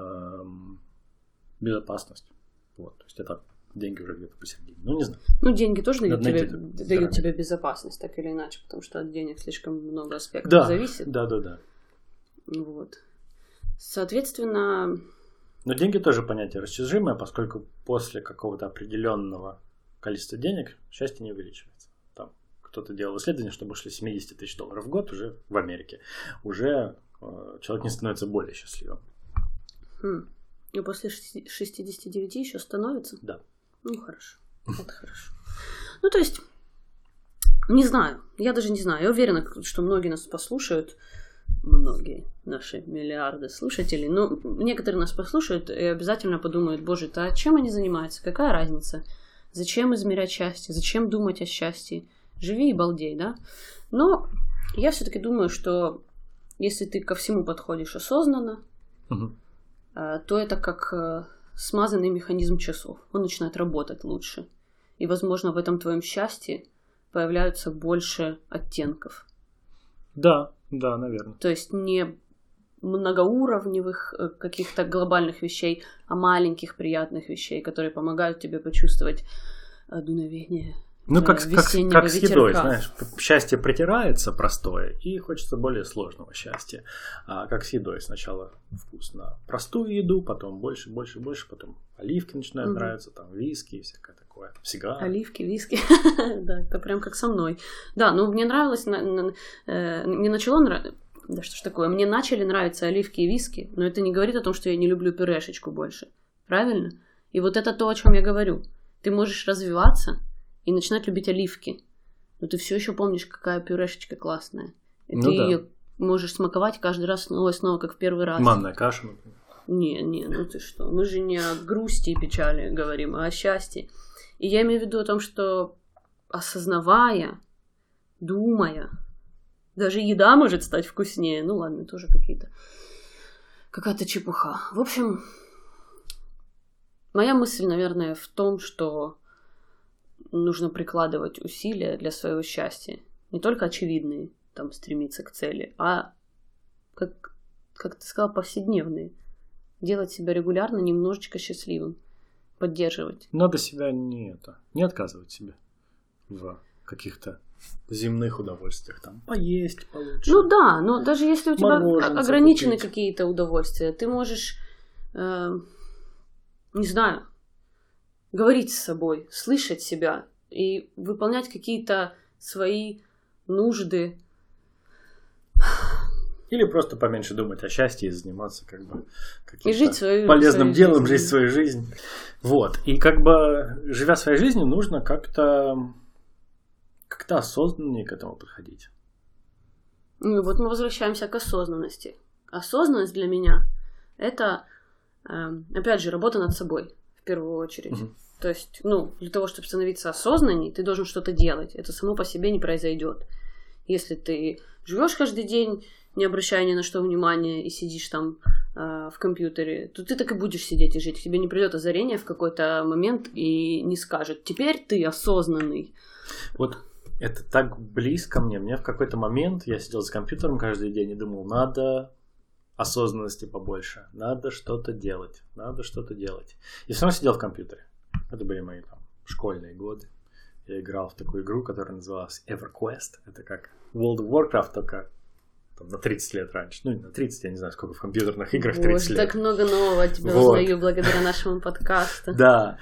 Вот, то есть это деньги уже где-то посередине. Ну, не знаю. Ну, деньги тоже дают тебе безопасность, так или иначе, потому что от денег слишком много аспектов зависит. Да. Вот. Соответственно... Но деньги тоже понятие растяжимое, поскольку после какого-то определенного количества денег счастье не увеличивается. Там кто-то делал исследование, что больше $70 тысяч в год уже в Америке. Уже человек не становится более счастливым. И после 69 еще становится? Да. Ну, хорошо. Это хорошо. Ну, то есть, не знаю. Я даже не знаю. Я уверена, что многие нас послушают. Многие наши миллиарды слушателей. Но некоторые нас послушают и обязательно подумают: боже, а чем они занимаются? Какая разница? Зачем измерять счастье? Зачем думать о счастье? Живи и балдей, да? Но я все-таки думаю, что если ты ко всему подходишь осознанно, то это как смазанный механизм часов. Он начинает работать лучше. И, возможно, в этом твоем счастье появляются больше оттенков. Да, наверное. То есть не многоуровневых каких-то глобальных вещей, а маленьких приятных вещей, которые помогают тебе почувствовать дуновение. Ну, как с едой, знаешь, счастье притирается простое, и хочется более сложного счастья. А как с едой: сначала вкус на простую еду, потом больше, потом оливки начинают нравиться, там виски и всякое такое, сигары. Оливки, виски, да, это прям как со мной. Да, ну мне нравилось, мне начало нравиться, да что ж такое, мне начали нравиться оливки и виски, но это не говорит о том, что я не люблю пюрешечку больше, правильно? И вот это то, о чем я говорю. Ты можешь развиваться и начинать любить оливки. Но ты все еще помнишь, какая пюрешечка классная. И ты ее можешь смаковать каждый раз снова и снова, как в первый раз. Манная каша, например. Не, ну ты что. Мы же не о грусти и печали говорим, а о счастье. И я имею в виду о том, что осознавая, думая, даже еда может стать вкуснее. Ну ладно, тоже какая-то чепуха. В общем, моя мысль, наверное, в том, что нужно прикладывать усилия для своего счастья. Не только очевидные, там, стремиться к цели, а, как ты сказал, повседневные. Делать себя регулярно немножечко счастливым. Поддерживать. Надо себя не отказывать себе в каких-то земных удовольствиях, там, поесть получше. Ну да, но даже если у тебя ограничены купить. какие-то удовольствия, ты можешь, не знаю, говорить с собой, слышать себя и выполнять какие-то свои нужды. Или просто поменьше думать о счастье и заниматься как бы каким-то полезным делом, жить свою жизнь. Вот. И как бы, живя своей жизнью, нужно как-то осознаннее к этому подходить. Ну, вот мы возвращаемся к осознанности. Осознанность для меня — это, опять же, работа над собой в первую очередь. Угу. То есть, для того, чтобы становиться осознанней, ты должен что-то делать. Это само по себе не произойдет. Если ты живешь каждый день, не обращая ни на что внимания, и сидишь там в компьютере, то ты так и будешь сидеть и жить. К тебе не придет озарение в какой-то момент и не скажет: теперь ты осознанный. Вот это так близко мне. Мне в какой-то момент я сидел за компьютером каждый день и думал: надо осознанности побольше, надо что-то делать. И все равно сидел в компьютере. Это были мои там школьные годы. Я играл в такую игру, которая называлась EverQuest. Это как World of Warcraft, только там, на 30 лет раньше. Ну, на 30, я не знаю, сколько в компьютерных играх 30 лет. Так много нового тебя узнаю благодаря нашему подкасту. Да,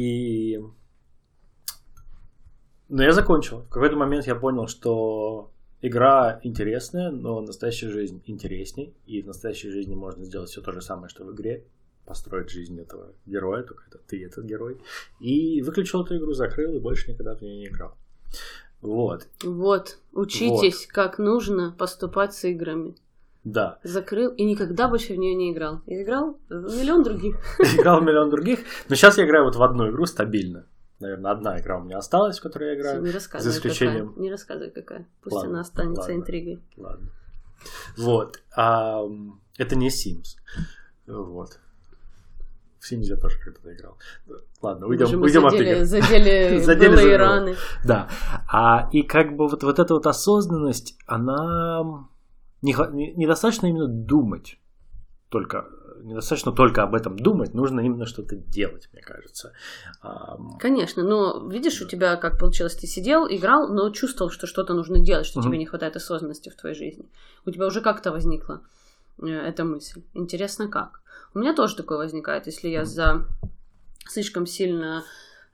но я закончил. В какой-то момент я понял, что игра интересная, но настоящая жизнь интересней. И в настоящей жизни можно сделать все то же самое, что в игре. Построить жизнь этого героя, только это ты этот герой. И выключил эту игру, закрыл и больше никогда в нее не играл. Вот. Учитесь, как нужно поступать с играми. Да. Закрыл и никогда больше в нее не играл. Я играл в миллион других. Играл в миллион других. Но сейчас я играю вот в одну игру стабильно. Наверное, одна игра у меня осталась, в которой я играю. Не рассказывай, за исключением... какая. Не рассказывай, какая. Пусть она останется интригой. Ладно. Вот. Это не Sims. Вот. В Sims я тоже когда-то играл. Ладно, уйдем от игр. Задели былые раны. Да. И как бы вот эта вот осознанность, она... Недостаточно именно думать только... Недостаточно только об этом думать, нужно именно что-то делать, мне кажется. Конечно, но видишь, у тебя как получилось, ты сидел, играл, но чувствовал, что что-то нужно делать, что тебе не хватает осознанности в твоей жизни. У тебя уже как-то возникла эта мысль. Интересно, как? У меня тоже такое возникает, если я слишком сильно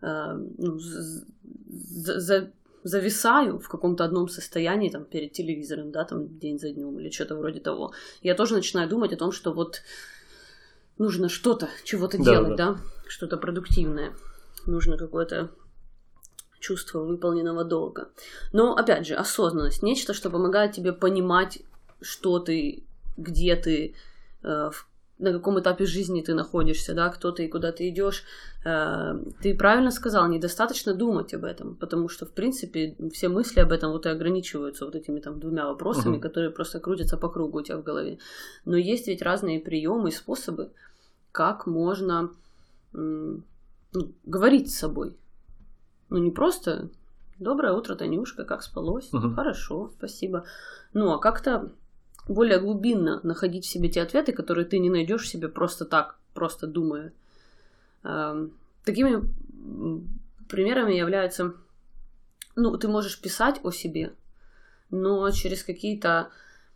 зависаю в каком-то одном состоянии, там, перед телевизором, да, там, день за днем или что-то вроде того. Я тоже начинаю думать о том, что вот нужно чего-то делать, да, что-то продуктивное. Нужно какое-то чувство выполненного долга. Но, опять же, осознанность. Нечто, что помогает тебе понимать, что ты, где ты, на каком этапе жизни ты находишься, да, кто ты и куда ты идешь. Ты правильно сказал, недостаточно думать об этом, потому что, в принципе, все мысли об этом вот и ограничиваются вот этими там 2 вопросами, которые просто крутятся по кругу у тебя в голове. Но есть ведь разные приемы и способы, как можно говорить с собой. Не просто «Доброе утро, Танюшка, как спалось?» «Хорошо, спасибо». А как-то более глубинно находить в себе те ответы, которые ты не найдешь в себе просто так, просто думая. Такими примерами являются... ты можешь писать о себе, но через какие-то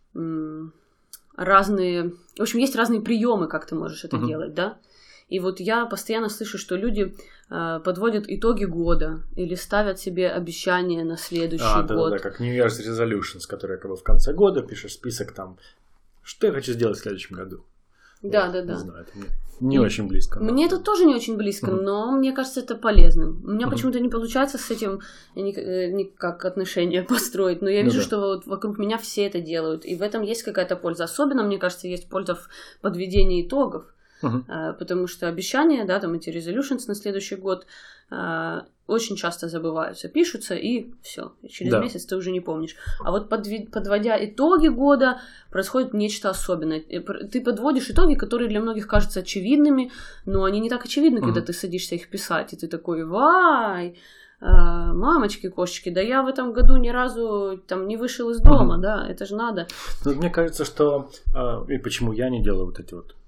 разные... В общем, есть разные приемы, как ты можешь это делать, да? И вот я постоянно слышу, что люди подводят итоги года или ставят себе обещания на следующий год. Да, как New Year's Resolutions, которые как бы в конце года пишешь список там, что я хочу сделать в следующем году. Да. Не знаю, это мне не очень близко. Мне это тоже не очень близко, но мне кажется, это полезным. У меня почему-то не получается с этим никак отношения построить, но я вижу, что вот вокруг меня все это делают, и в этом есть какая-то польза. Особенно, мне кажется, есть польза в подведении итогов. Потому что обещания, да, там эти resolutions на следующий год очень часто забываются, пишутся, и все. Через месяц ты уже не помнишь. А вот подводя итоги года, происходит нечто особенное. Ты подводишь итоги, которые для многих кажутся очевидными, но они не так очевидны, когда ты садишься их писать, и ты такой: вай, мамочки-кошечки, да я в этом году ни разу там не вышел из дома, да, это же надо. Мне кажется, что... И почему я не делаю вот эти вот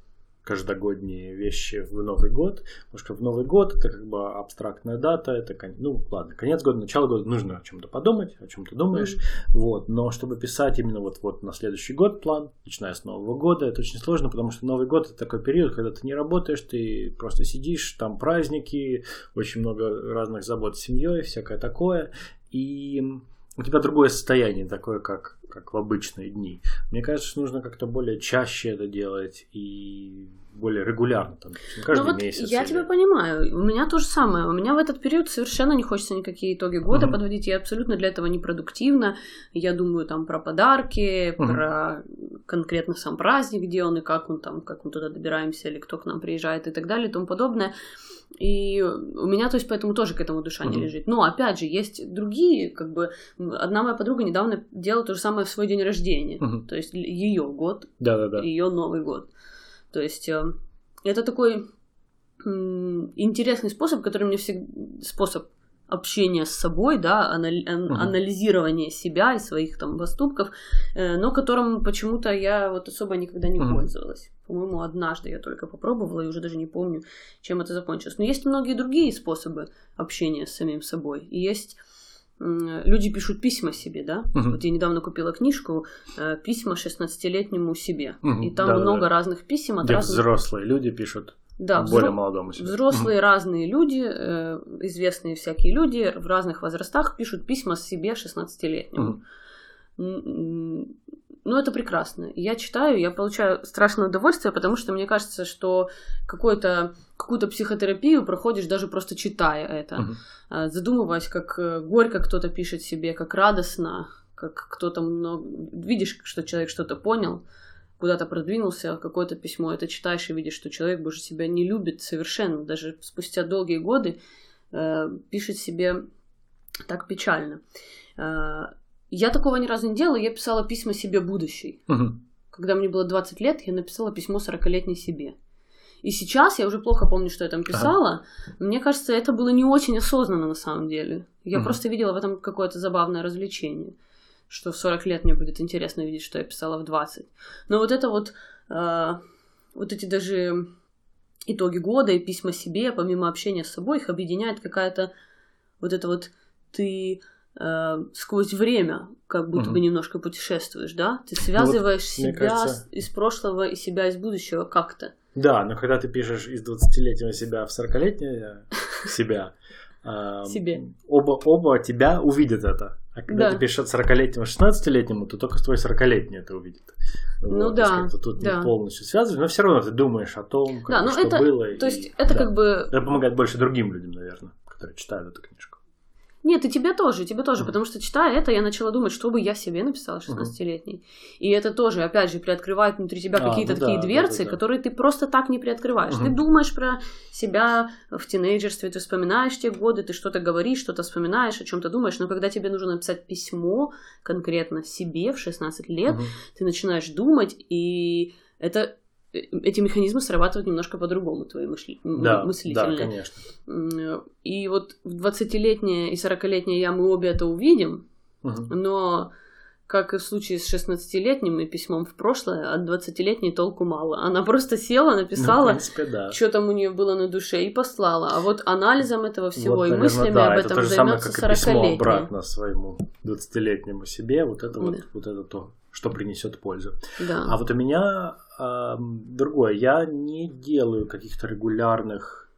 каждогодние вещи в Новый год, потому что в Новый год это как бы абстрактная дата, это, ну ладно, конец года, начало года, нужно о чем-то подумать, о чем ты думаешь, вот, но чтобы писать именно вот на следующий год план, начиная с Нового года, это очень сложно, потому что Новый год это такой период, когда ты не работаешь, ты просто сидишь, там праздники, очень много разных забот с семьей, всякое такое, и у тебя другое состояние, такое, как в обычные дни. Мне кажется, что нужно как-то более чаще это делать и более регулярно, там, каждый месяц. Я тебя понимаю, у меня то же самое. У меня в этот период совершенно не хочется никакие итоги года подводить, я абсолютно для этого непродуктивна. Я думаю там про подарки, про конкретно сам праздник, где он и как мы туда добираемся, или кто к нам приезжает и так далее и тому подобное. И у меня, то есть, поэтому тоже к этому душа не лежит. Но, опять же, есть другие, как бы, одна моя подруга недавно делала то же самое в свой день рождения. То есть, ее год, ее Новый год. То есть, это такой интересный способ, который мне всегда... Способ общения с собой, да, анализирование себя и своих там поступков, но которым почему-то я вот особо никогда не пользовалась. По-моему, однажды я только попробовала и уже даже не помню, чем это закончилось. Но есть многие другие способы общения с самим собой. И есть... Люди пишут письма себе, да? Вот я недавно купила книжку «Письма 16-летнему себе». И там много разных писем от разных... взрослые люди пишут. Да, более молодому себе. Взрослые разные люди, известные всякие люди в разных возрастах пишут письма себе 16-летнему. Ну, это прекрасно. Я читаю, я получаю страшное удовольствие, потому что мне кажется, что какую-то психотерапию проходишь даже просто читая это. Задумываясь, как горько кто-то пишет себе, как радостно, как кто-то видишь, что человек что-то понял, куда-то продвинулся, какое-то письмо, это читаешь и видишь, что человек больше себя не любит совершенно, даже спустя долгие годы пишет себе так печально. Я такого ни разу не делала, я писала письма себе будущей. Когда мне было 20 лет, я написала письмо 40-летней себе. И сейчас я уже плохо помню, что я там писала. Мне кажется, это было не очень осознанно на самом деле. Я просто видела в этом какое-то забавное развлечение. Что в 40 лет мне будет интересно видеть, что я писала в 20. Но вот это вот эти даже итоги года и письма себе, помимо общения с собой, их объединяет какая-то вот это вот ты сквозь время как будто бы немножко путешествуешь, да? Ты связываешь себя из прошлого и себя из будущего как-то. Да, но когда ты пишешь из 20-летнего себя в 40-летнего себя, оба тебя увидят это. А когда ты пишешь от 40-летнего 16-летнему, то только твой 40-летний это увидит. Ну вот, да. Как-то тут не полностью связываешь, но все равно ты думаешь о том, что это, было. То есть это как бы... Это помогает больше другим людям, наверное, которые читают эту книжку. Нет, и тебе тоже, потому что, читая это, я начала думать, что бы я себе написала 16-летней. И это тоже, опять же, приоткрывает внутри тебя какие-то такие дверцы, которые ты просто так не приоткрываешь. Ты думаешь про себя в тинейджерстве, ты вспоминаешь те годы, ты что-то говоришь, что-то вспоминаешь, о чем-то думаешь, но когда тебе нужно написать письмо конкретно себе в 16 лет, ты начинаешь думать, и эти механизмы срабатывают немножко по-другому, твои мыслительные. Да, конечно. И вот в 20-летняя и 40-летняя я, мы обе это увидим, но, как и в случае с 16-летним и письмом в прошлое, от 20-летней толку мало. Она просто села, написала, что там у нее было на душе, и послала. А вот анализом этого всего и мыслями об этом займется 40-летняя. Письмо обратно своему 20-летнему себе, вот это то, что принесет пользу. Да. А вот у меня другое. Я не делаю каких-то регулярных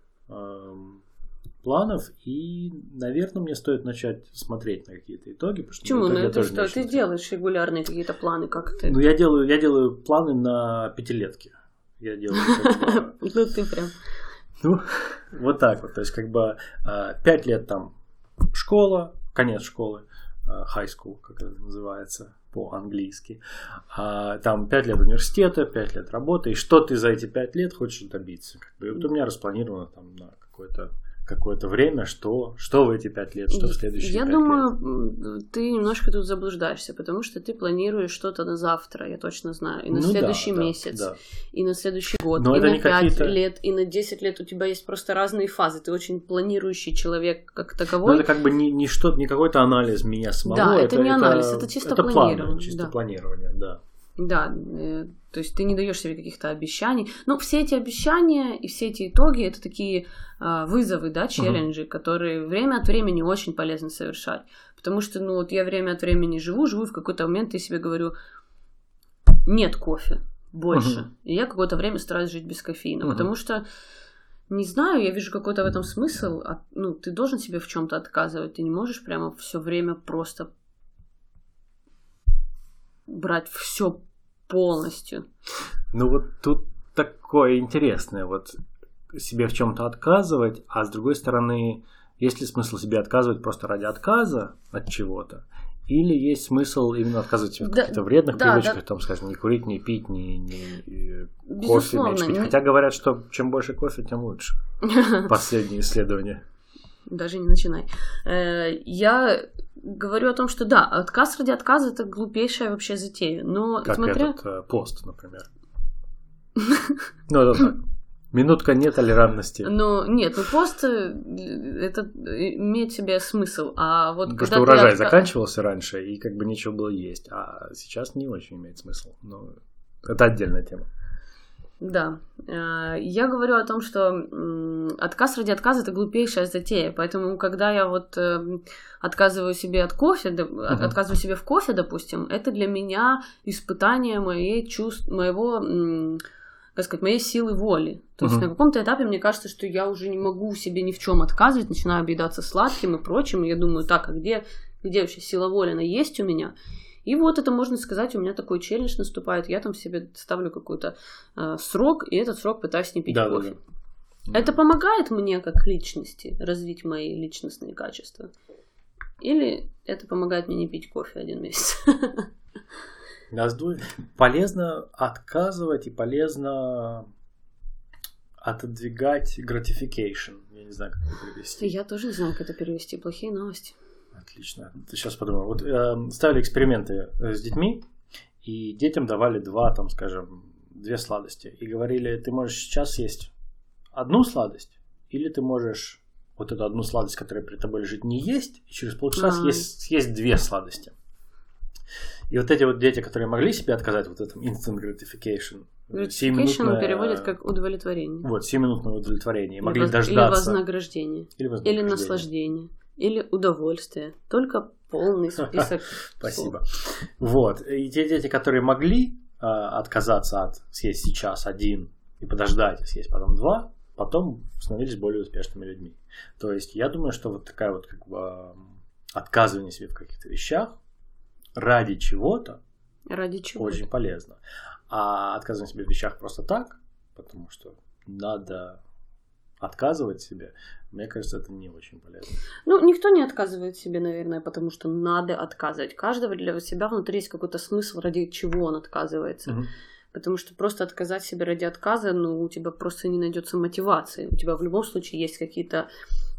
планов, и, наверное, мне стоит начать смотреть на какие-то итоги. Почему? Ты делаешь регулярные какие-то планы, как ты? Ну, я делаю планы на пятилетки. Я делаю... Ну, ты прям... Ну, вот так вот. То есть, 5 лет там школа, конец школы, high school, как это называется по-английски. Там 5 лет университета, 5 лет работы. И что ты за эти 5 лет хочешь добиться? И вот у меня распланировано там на какое-то время, что в эти 5 лет, что в следующие 5 лет. Я думаю, ты немножко тут заблуждаешься, потому что ты планируешь что-то на завтра, я точно знаю, и на следующий месяц, и на следующий год, и на 5 лет, и на 10 лет. У тебя есть просто разные фазы. Ты очень планирующий человек как таковой. Но это не какой-то анализ меня самого. Да, это не анализ, это чисто планирование. Чисто планирование, да. Да, то есть ты не даешь себе каких-то обещаний. Но все эти обещания и все эти итоги — это такие вызовы, да, челленджи, которые время от времени очень полезно совершать. Потому что, ну, вот я время от времени живу, и в какой-то момент я себе говорю, нет кофе больше. И я какое-то время стараюсь жить без кофеина, потому что, не знаю, я вижу какой-то в этом смысл. Ну, ты должен себе в чем-то отказывать, ты не можешь прямо все время просто брать все полностью. Ну вот тут такое интересное, вот себе в чем-то отказывать, а с другой стороны, есть ли смысл себе отказывать просто ради отказа от чего-то, или есть смысл именно отказывать себе в каких-то вредных привычках, там, скажем, не курить, не пить, не кофе меньше пить. Хотя говорят, что чем больше кофе, тем лучше. Последние исследования. Даже не начинай. Я говорю о том, что да, отказ ради отказа — это глупейшая вообще затея. Но как этот пост, например. Ну, это так. Минутка нетолерантности. Ну, нет, пост это имеет в себе смысл. А вот потому что урожай заканчивался раньше, и как бы нечего было есть. А сейчас не очень имеет смысл. Но это отдельная тема. Да. Я говорю о том, что отказ ради отказа — это глупейшая затея. Поэтому, когда я вот отказываю себе от кофе, отказываю себе в кофе, допустим, это для меня испытание моей моей силы воли. То есть на каком-то этапе мне кажется, что я уже не могу себе ни в чем отказывать, начинаю объедаться сладким и прочим, и я думаю, так, а где вообще сила воли? Она есть у меня? И вот это, можно сказать, у меня такой челлендж наступает, я там себе ставлю какой-то срок, и этот срок пытаюсь не пить кофе. Да. Это помогает мне как личности развить мои личностные качества? Или это помогает мне не пить кофе 1 месяц? Полезно отказывать и полезно отодвигать gratification. Я не знаю, как это перевести. Я тоже не знаю, как это перевести. Плохие новости. Отлично. Сейчас подумаю. Вот ставили эксперименты с детьми, и детям давали 2 сладости. И говорили, ты можешь сейчас съесть 1 сладость, или ты можешь вот эту 1 сладость, которая перед тобой лежит, не есть, и через полчаса съесть 2 сладости. И вот эти вот дети, которые могли себе отказать вот этом instant gratification, gratification переводят как удовлетворение. Вот, 7-минутное удовлетворение. Могли дождаться. Или вознаграждение. Или наслаждение. Или удовольствие. Только полный список. Спасибо. Вот. И те дети, которые могли отказаться от съесть сейчас 1 и подождать, съесть потом 2, потом становились более успешными людьми. То есть я думаю, что вот такая вот как бы отказывание себе в каких-то вещах ради чего-то очень полезно. А отказывать себе в вещах просто так, потому что надо отказывать себе, мне кажется, это не очень полезно. Ну, никто не отказывает себе, наверное, потому что надо отказывать. Каждого для себя внутри есть какой-то смысл, ради чего он отказывается. Потому что просто отказать себе ради отказа, ну, у тебя просто не найдется мотивации. У тебя в любом случае есть какие-то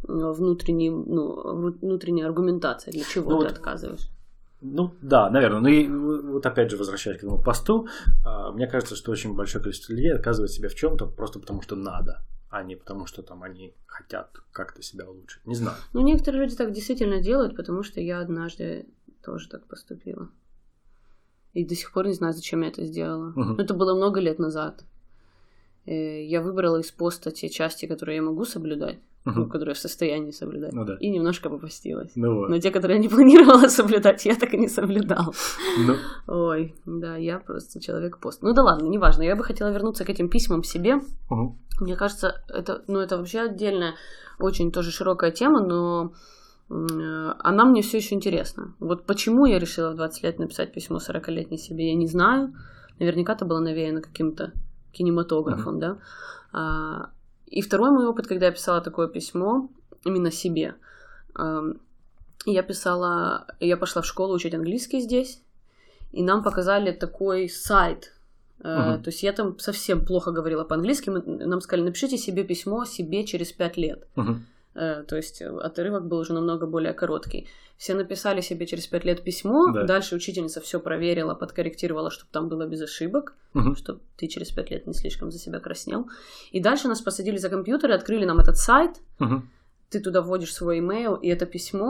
внутренняя аргументация, для чего ты отказываешь. Ну, да, наверное. Ну, и вот опять же, возвращаясь к этому посту, мне кажется, что очень большое количество людей отказывает себе в чем-то просто потому, что надо, а не потому, что там они хотят как-то себя улучшить. Не знаю. Ну, некоторые люди так действительно делают, потому что я однажды тоже так поступила. И до сих пор не знаю, зачем я это сделала. Это было много лет назад. Я выбрала из поста те части, которые я могу соблюдать, которые я в состоянии соблюдать, и немножко попостилась. Но те, которые я не планировала соблюдать, я так и не соблюдала. Ой, да, я просто человек-пост. Ну да ладно, неважно. Я бы хотела вернуться к этим письмам себе. Мне кажется, это вообще отдельная, очень тоже широкая тема, но она мне все еще интересна. Вот почему я решила в 20 лет написать письмо 40-летней себе, я не знаю. Наверняка это было навеяно каким-то кинематографом, да. И второй мой опыт, когда я писала такое письмо именно себе. Я пошла в школу учить английский здесь, и нам показали такой сайт. То есть я там совсем плохо говорила по-английски. Нам сказали, напишите себе письмо себе через 5 лет. То есть отрывок был уже намного более короткий. Все написали себе через 5 лет письмо, дальше учительница все проверила, подкорректировала, чтобы там было без ошибок, чтобы ты через 5 лет не слишком за себя краснел. И дальше нас посадили за компьютер и открыли нам этот сайт. Ты туда вводишь свой имейл, и это письмо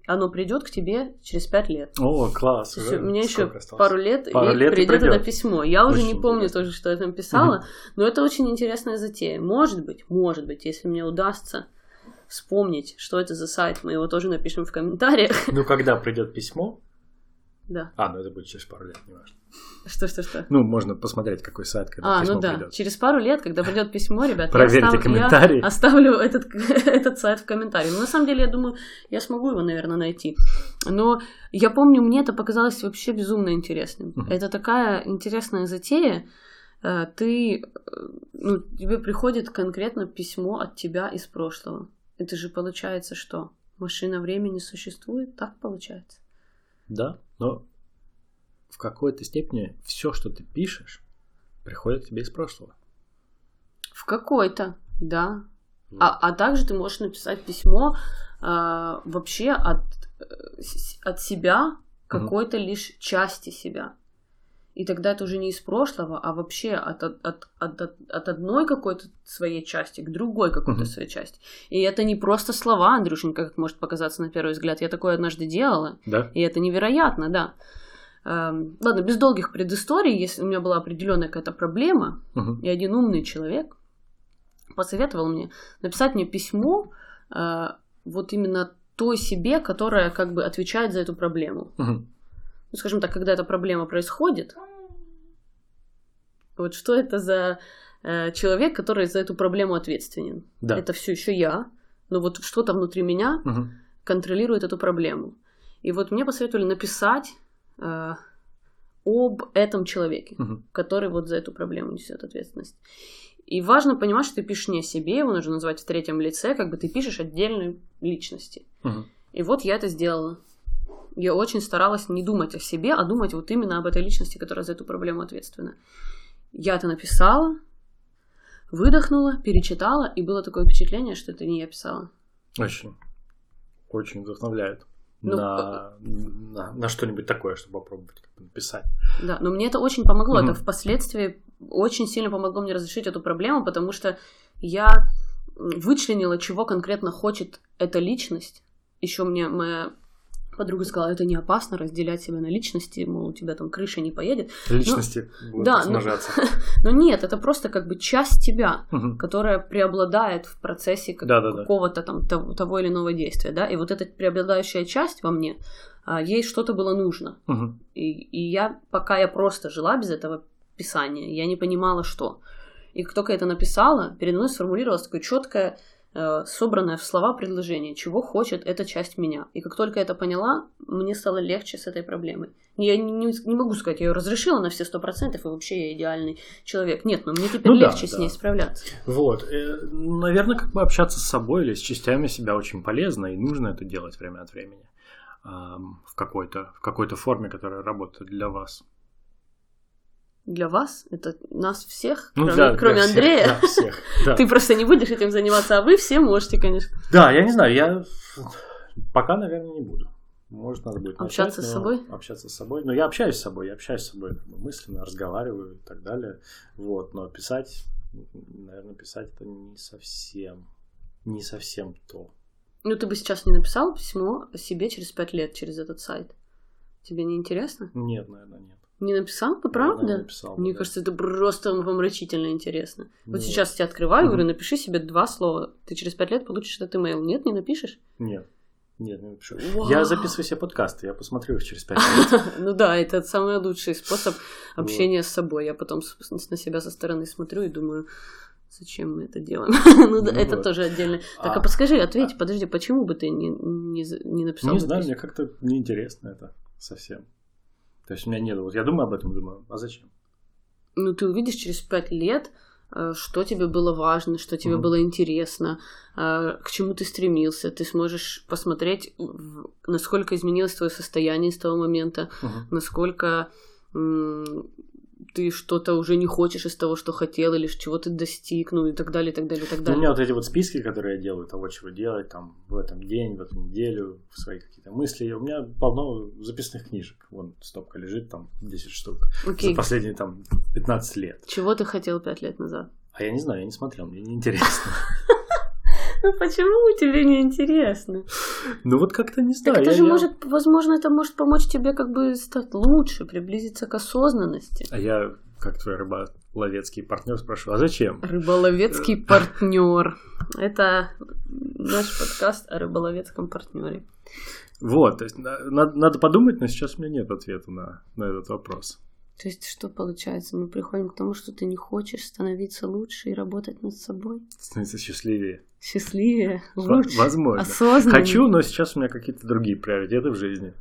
оно придет к тебе через 5 лет. О, класс. У меня еще пару лет, и придет это письмо. Я уже не помню тоже, что я там писала, но это очень интересная затея. Может быть, если мне удастся вспомнить, что это за сайт, мы его тоже напишем в комментариях. Ну, когда придет письмо? Да. Ну это будет через пару лет, не важно. Что? Ну, можно посмотреть, какой сайт, когда письмо придет. Через пару лет, когда придет письмо, ребят, проверьте комментарии. Я оставлю этот сайт в комментарии. Но на самом деле, я думаю, я смогу его, наверное, найти. Но я помню, мне это показалось вообще безумно интересным. Это такая интересная затея. Тебе приходит конкретно письмо от тебя из прошлого. Это же получается, что машина времени существует? Так получается? Да, но в какой-то степени все, что ты пишешь, приходит к тебе из прошлого. В какой-то, да. Вот. А также ты можешь написать письмо вообще от себя, какой-то лишь части себя. И тогда это уже не из прошлого, а вообще от одной какой-то своей части к другой какой-то своей части. И это не просто слова, Андрюшенька, как может показаться на первый взгляд. Я такое однажды делала. Да? И это невероятно, да. Ладно, без долгих предысторий, если у меня была определенная какая-то проблема, и один умный человек посоветовал мне написать мне письмо вот именно той себе, которая как бы отвечает за эту проблему. Ну, скажем так, когда эта проблема происходит, вот что это за человек, который за эту проблему ответственен? Да. Это все еще я, но вот что-то внутри меня контролирует эту проблему. И вот мне посоветовали написать об этом человеке, который вот за эту проблему несет ответственность. И важно понимать, что ты пишешь не о себе, его нужно назвать в третьем лице, как бы ты пишешь отдельной личности. И вот я это сделала. Я очень старалась не думать о себе, а думать вот именно об этой личности, которая за эту проблему ответственна. Я это написала, выдохнула, перечитала, и было такое впечатление, что это не я писала. Очень вдохновляет. На что-нибудь такое, чтобы попробовать написать. Да, но мне это очень помогло. Это впоследствии очень сильно помогло мне разрешить эту проблему, потому что я вычленила, чего конкретно хочет эта личность. Еще мне моя подруга сказала, это не опасно разделять себя на личности, мол, у тебя там крыша не поедет. Личности будут размножаться. Но нет, это просто как бы часть тебя, которая преобладает в процессе какого-то там того или иного действия, да, и вот эта преобладающая часть во мне, ей что-то было нужно. И пока я просто жила без этого писания, я не понимала, что. И как только я это написала, передо мной сформулировалось такое четкое, собранное в слова предложение, чего хочет эта часть меня. И как только я это поняла, мне стало легче с этой проблемой. Я не могу сказать, я ее разрешила на все 100%, и вообще я идеальный человек. Нет, но мне теперь легче с ней справляться. Вот. Наверное, как бы общаться с собой или с частями себя очень полезно, и нужно это делать время от времени. В какой-то форме, которая работает для вас. Для вас? Это нас всех? Ну, кроме для Андрея? Всех, да, всех, да. Ты просто не будешь этим заниматься, а вы все можете, конечно. Да, я не знаю, я пока, наверное, не буду. Может, надо будет общаться с собой? Общаться с собой. Но я общаюсь с собой мысленно, разговариваю и так далее. Вот, но писать это не совсем то. Ну, ты бы сейчас не написал письмо о себе через 5 лет, через этот сайт? Тебе не интересно? Нет, наверное, нет. Не написал бы, правда? Не написал. Мне кажется, это просто помрачительно интересно. Вот сейчас я открываю, говорю, напиши себе 2 слова. Ты через 5 лет получишь этот имейл. Нет, не напишешь? Нет, не напишу. Я записываю себе подкасты, я посмотрю их через 5 лет. Ну да, это самый лучший способ общения с собой. Я потом на себя со стороны смотрю и думаю, зачем мы это делаем? Это тоже отдельно. Так, а подскажи, ответь, подожди, почему бы ты не написал? Не знаю, мне как-то неинтересно это совсем. То есть у меня нет... Вот я думаю об этом, думаю, а зачем? Ну, ты увидишь через 5 лет, что тебе было важно, что тебе было интересно, к чему ты стремился. Ты сможешь посмотреть, насколько изменилось твое состояние с того момента, насколько ты что-то уже не хочешь из того, что хотел, или чего ты достиг, ну и так далее, и так далее, и так далее. У меня вот эти вот списки, которые я делаю, того, чего делать, там, в этом день, в эту неделю, в свои какие-то мысли, у меня полно записных книжек. Вон, стопка лежит, там, 10 штук. За последние, там, 15 лет. Чего ты хотел 5 лет назад? А я не знаю, я не смотрел, мне неинтересно. Ну почему тебе не интересно? Ну вот как-то не знаю. Так это же может, возможно, это может помочь тебе как бы стать лучше, приблизиться к осознанности. А я, как твой рыболовецкий партнер, спрашиваю, а зачем? Рыболовецкий партнер. Это наш подкаст о рыболовецком партнере. Вот, то есть надо подумать, но сейчас у меня нет ответа на этот вопрос. То есть что получается? Мы приходим к тому, что ты не хочешь становиться лучше и работать над собой? Становиться счастливее. Счастливее, лучше, возможно. осознаннее. Хочу, но сейчас у меня какие-то другие приоритеты в жизни.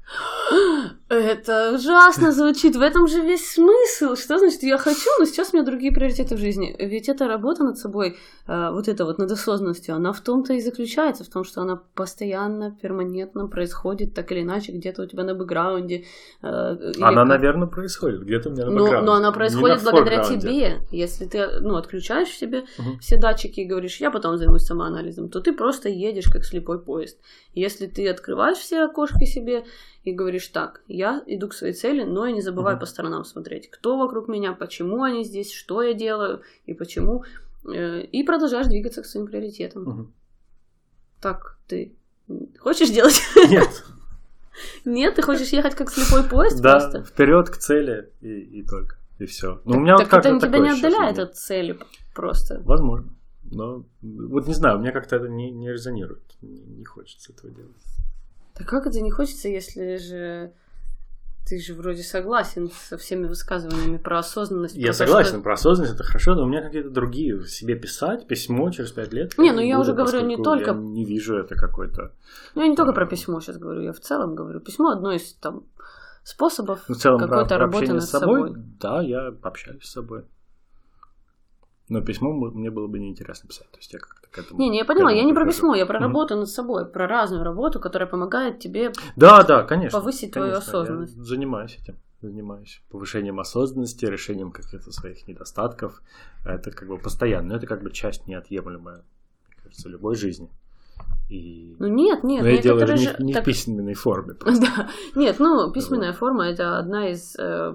Это ужасно звучит. В этом же весь смысл. Что значит я хочу, но сейчас у меня другие приоритеты в жизни? Ведь эта работа над собой, вот эта вот над осознанностью, она в том-то и заключается, в том, что она постоянно, перманентно происходит так или иначе где-то у тебя на бэкграунде. Она, наверное, происходит где-то у меня на бэкграунде. Но она происходит благодаря тебе. Если ты отключаешь в себе все датчики и говоришь, я потом займусь самоанализом, то ты просто едешь как слепой поезд. Если ты открываешь все окошки себе и говоришь, так, я иду к своей цели, но и не забывай по сторонам смотреть, кто вокруг меня, почему они здесь, что я делаю и почему, и продолжаешь двигаться к своим приоритетам. Так, ты хочешь делать? Нет. Нет, ты хочешь ехать как слепой поезд да, просто? Да, вперед к цели и только, и все. Но у меня так это тебя не отдаляет от цели просто. Возможно. Но вот не знаю, у меня как-то это не резонирует. Не хочется этого делать. Так как это не хочется, если же ты же вроде согласен со всеми высказываниями про осознанность? Я согласен, про осознанность это хорошо, но у меня какие-то другие. Себе писать письмо через 5 лет. Не, ну я уже говорю не только... Я не вижу это какой-то... Ну я не только про письмо сейчас говорю, я в целом говорю. Письмо одно из там способов в целом, какой-то работы над собой. Да, я общаюсь с собой. Но письмо мне было бы неинтересно писать. То есть я как-то к этому... Не, я поняла, я не про письмо, я про работу над собой, про разную работу, которая помогает тебе конечно, повысить твою осознанность. Я занимаюсь этим. Повышением осознанности, решением каких-то своих недостатков. Это как бы постоянно. Но это как бы часть неотъемлемая, мне кажется, любой жизни. И... Ну нет. Но я делаю это не в письменной форме. Да. Нет, письменная форма это одна из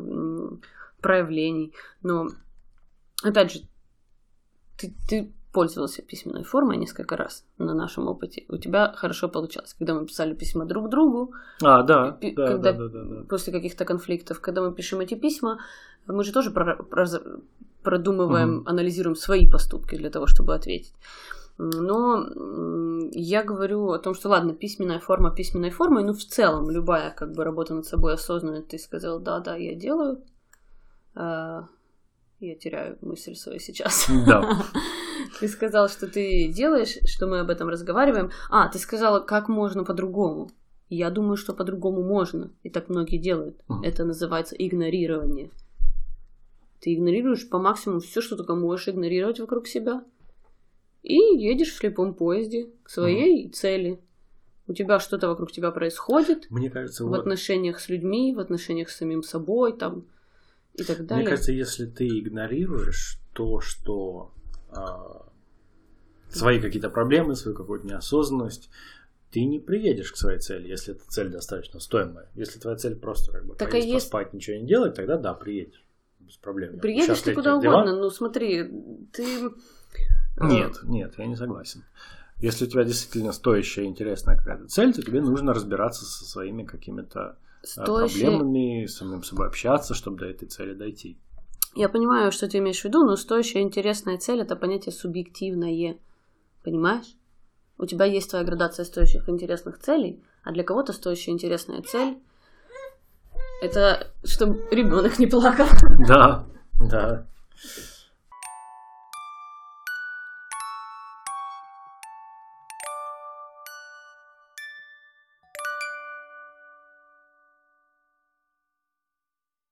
проявлений. Но опять же, ты пользовался письменной формой несколько раз на нашем опыте. У тебя хорошо получалось. Когда мы писали письма друг другу, да. После каких-то конфликтов, когда мы пишем эти письма, мы же тоже продумываем, анализируем свои поступки для того, чтобы ответить. Но я говорю о том, что ладно, письменная форма письменной формой, но в целом любая как бы работа над собой осознанно, ты сказал, да, я делаю. Я теряю мысль свою сейчас. Да. Ты сказал, что ты делаешь, что мы об этом разговариваем. Ты сказала, как можно по-другому. Я думаю, что по-другому можно. И так многие делают. Это называется игнорирование. Ты игнорируешь по максимуму все, что только можешь игнорировать вокруг себя. И едешь в слепом поезде к своей цели. У тебя что-то вокруг тебя происходит. Мне кажется, в отношениях с людьми, в отношениях с самим собой, там. И так далее. Мне кажется, если ты игнорируешь то, что свои какие-то проблемы, свою какую-то неосознанность, ты не приедешь к своей цели, если эта цель достаточно стоимая. Если твоя цель просто как бы поесть, поспать, ничего не делать, тогда да, приедешь. Без проблем. Приедешь ты куда угодно, ну смотри, ты... Нет, я не согласен. Если у тебя действительно стоящая, интересная какая-то цель, то тебе нужно разбираться со своими какими-то проблемами, самим собой общаться, чтобы до этой цели дойти. Я понимаю, что ты имеешь в виду, но стоящая, интересная цель – это понятие субъективное. Понимаешь? У тебя есть твоя градация стоящих, интересных целей, а для кого-то стоящая, интересная цель – это чтобы ребенок не плакал. Да.